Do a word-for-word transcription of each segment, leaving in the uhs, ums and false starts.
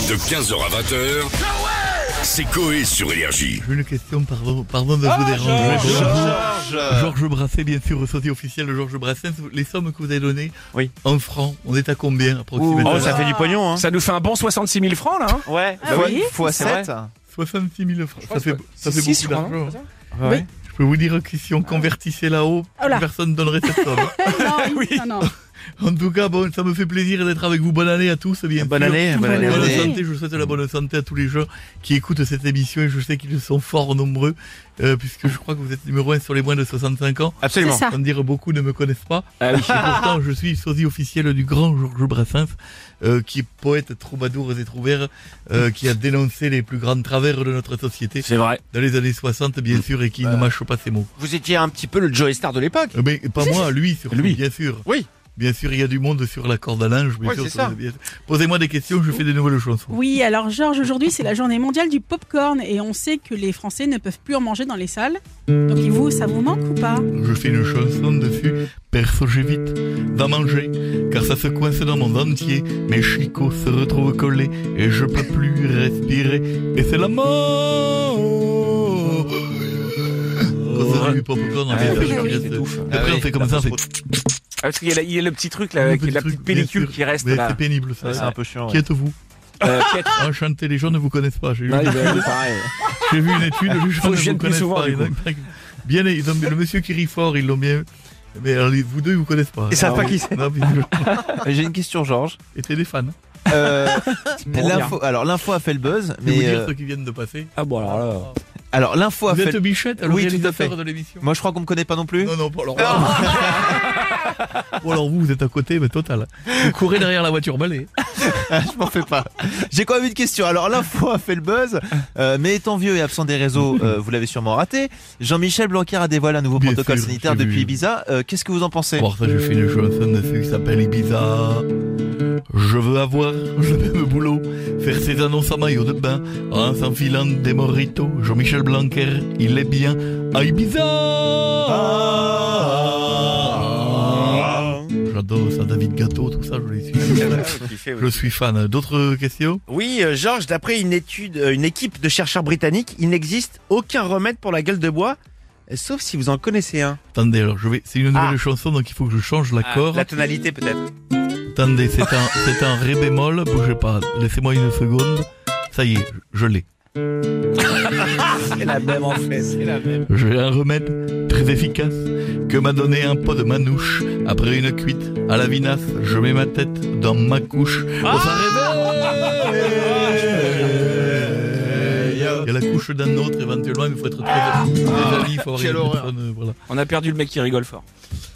De quinze heures à vingt heures, c'est Coé sur Énergie. J'ai une question, pardon, pardon de Ah, vous déranger. Georges, Georges Georges Brassens, bien sûr, sosie officiel de Georges Brassens. Les sommes que vous avez données, Oui. en francs, on est à combien approximativement? Oh, ça fait du pognon, hein. Ça nous fait un bon soixante-six mille francs, là. Hein. Ouais, Ah oui, fois c'est sept. soixante-six mille francs. Ça fait, que ça fait six, beaucoup je crois, d'argent. non, c'est ça Ouais. Je peux vous dire que si on convertissait là-haut, Oh là. personne ne donnerait cette somme. non, Oui. non, non. En tout cas, bon, ça me fait plaisir d'être avec vous. Bonne année à tous, bien Bonne sûr. année, bonne Bonne année. Bonne année. santé, je souhaite la bonne santé à tous les gens qui écoutent cette émission et je sais qu'ils sont fort nombreux, euh, puisque je crois que vous êtes numéro un sur les moins de soixante-cinq ans. Absolument. C'est ça. Sans dire beaucoup ne me connaissent pas. Ah oui. Et pourtant, je suis sosie officiel du grand Georges Brassens, euh, qui est poète troubadour et trouvère, euh, qui a dénoncé les plus grands travers de notre société C'est vrai. dans les années soixante, bien sûr, et qui ne mâche pas ses mots. Vous étiez un petit peu le Joey Star de l'époque. Euh, Mais pas moi, lui surtout, Lui. bien sûr. Oui. Bien sûr, il y a du monde sur la corde à linge. Bien Oui, sûr, c'est ça. bien sûr. Posez-moi des questions, je fais des nouvelles chansons. Oui, alors Georges, aujourd'hui c'est la journée mondiale du popcorn et on sait que les Français ne peuvent plus en manger dans les salles. Donc et vous, ça vous manque ou pas? Je fais une chanson dessus. Perso, j'évite d'en manger, car ça se coince dans mon dentier. Mes chicots se retrouvent collés et je peux plus respirer. Et c'est la mort. Quand c'est du popcorn, on Ah, fait oui, ça, oui, je c'est guette. ouf. Et après, on fait comme ça, on fait Ah, parce qu'il y a, la- il y a le petit truc, là, le avec petit la truc, petite bien pellicule sûr. qui reste Mais là. c'est pénible, ça. C'est un peu chiant. Qui êtes-vous? Euh, Piet- Enchanté, les gens ne vous connaissent pas. J'ai Non, il vu, est pareil. j'ai vu une étude, les gens Faut que ne je vienne vous plus connaissent souvent, pas. du Il y en a qui- Bien, ils ont, le monsieur qui rit fort, ils l'ont bien. Mais alors, les- vous deux, ils vous connaissent pas. Ils savent Ah pas oui. qui c'est. Non, mais je- J'ai une question, Georges. Et t'es des fans. Euh, Pour l'info, alors l'info a fait le buzz, Je vais vous mais dire euh, ceux qui viennent de passer. Ah bon, alors là. alors l'info a Vous fait. êtes le- Bichette, le Oui, tout à réalisateur fait. de l'émission. Moi, je crois qu'on me connaît pas non plus. Non, non, pas alors. Ou alors vous, vous êtes à côté, mais total. Vous courez derrière la voiture balai. Ah, je m'en fais pas. J'ai quand même une question. Alors l'info a fait le buzz, euh, mais étant vieux et absent des réseaux, euh, vous l'avez sûrement raté. Jean-Michel Blanquer a dévoilé un nouveau Bien protocole sûr, sanitaire j'ai depuis vu. Ibiza. Euh, Qu'est-ce que vous en pensez? Pour ça, j'ai fait une chanson dessus qui s'appelle Ibiza. Je veux avoir le même boulot, faire ses annonces en maillot de bain, en s'enfilant des mojitos. Jean-Michel Blanquer, il est bien à Ibiza. J'adore ça, David Gâteau, tout ça, je les suis. Je suis fan. D'autres questions? Oui, euh, Georges, d'après une étude, euh, une équipe de chercheurs britanniques, il n'existe aucun remède pour la gueule de bois, euh, sauf si vous en connaissez un. Attendez, alors je vais. C'est une nouvelle Ah. chanson, donc il faut que je change l'accord. La tonalité peut-être. Attendez, c'est un, c'est un ré bémol, bougez pas, laissez-moi une seconde. Ça y est, je, je l'ai. C'est la même en fait, c'est la même. J'ai un remède très efficace que m'a donné un pot de manouche. Après une cuite à la vinasse, je mets ma tête dans ma couche. Oh, ça réveille. Il y a la couche d'un autre éventuellement, mais il faut être très, très amis, il faut avoir quelle une horreur. personne, euh, voilà. On a perdu le mec qui rigole fort.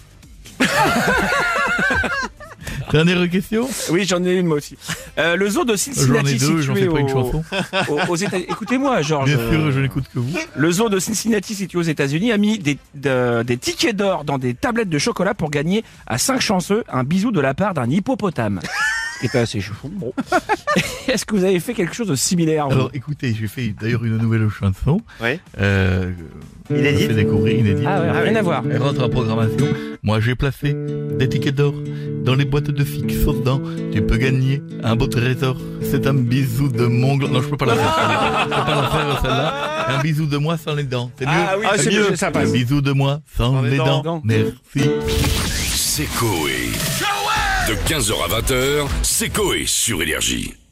Dernière question. Oui, j'en ai une moi aussi. Euh, le zoo de J'en Cincinnati ai deux, j'en situé fais pas une au- chanson. au- aux États. Écoutez-moi, Georges. Bien sûr, je n'écoute que vous. Le zoo de Cincinnati situé aux États-Unis a mis des, de- des tickets d'or dans des tablettes de chocolat pour gagner à cinq chanceux un bisou de la part d'un hippopotame. Ce qui était assez chou. Bon. Est-ce que vous avez fait quelque chose de similaire vous Alors écoutez, j'ai fait d'ailleurs une nouvelle chanson. Oui. Euh, Inédite. je fait découvrir, inédite. Ah ouais, rien à voir. Elle rentre en programmation. Moi j'ai placé des tickets d'or dans les boîtes de fixe dedans. Tu peux gagner un beau trésor. C'est un bisou de mon gland. Non, je peux pas la faire. celle-là. Je peux pas la faire celle-là. Un bisou de moi sans les dents. C'est mieux. Ah oui, c'est mieux, ça passe. Un bisou de moi sans Sans les les dents. dents. Merci. C'est Coé. De quinze heures à vingt heures, c'est Coé sur Énergie.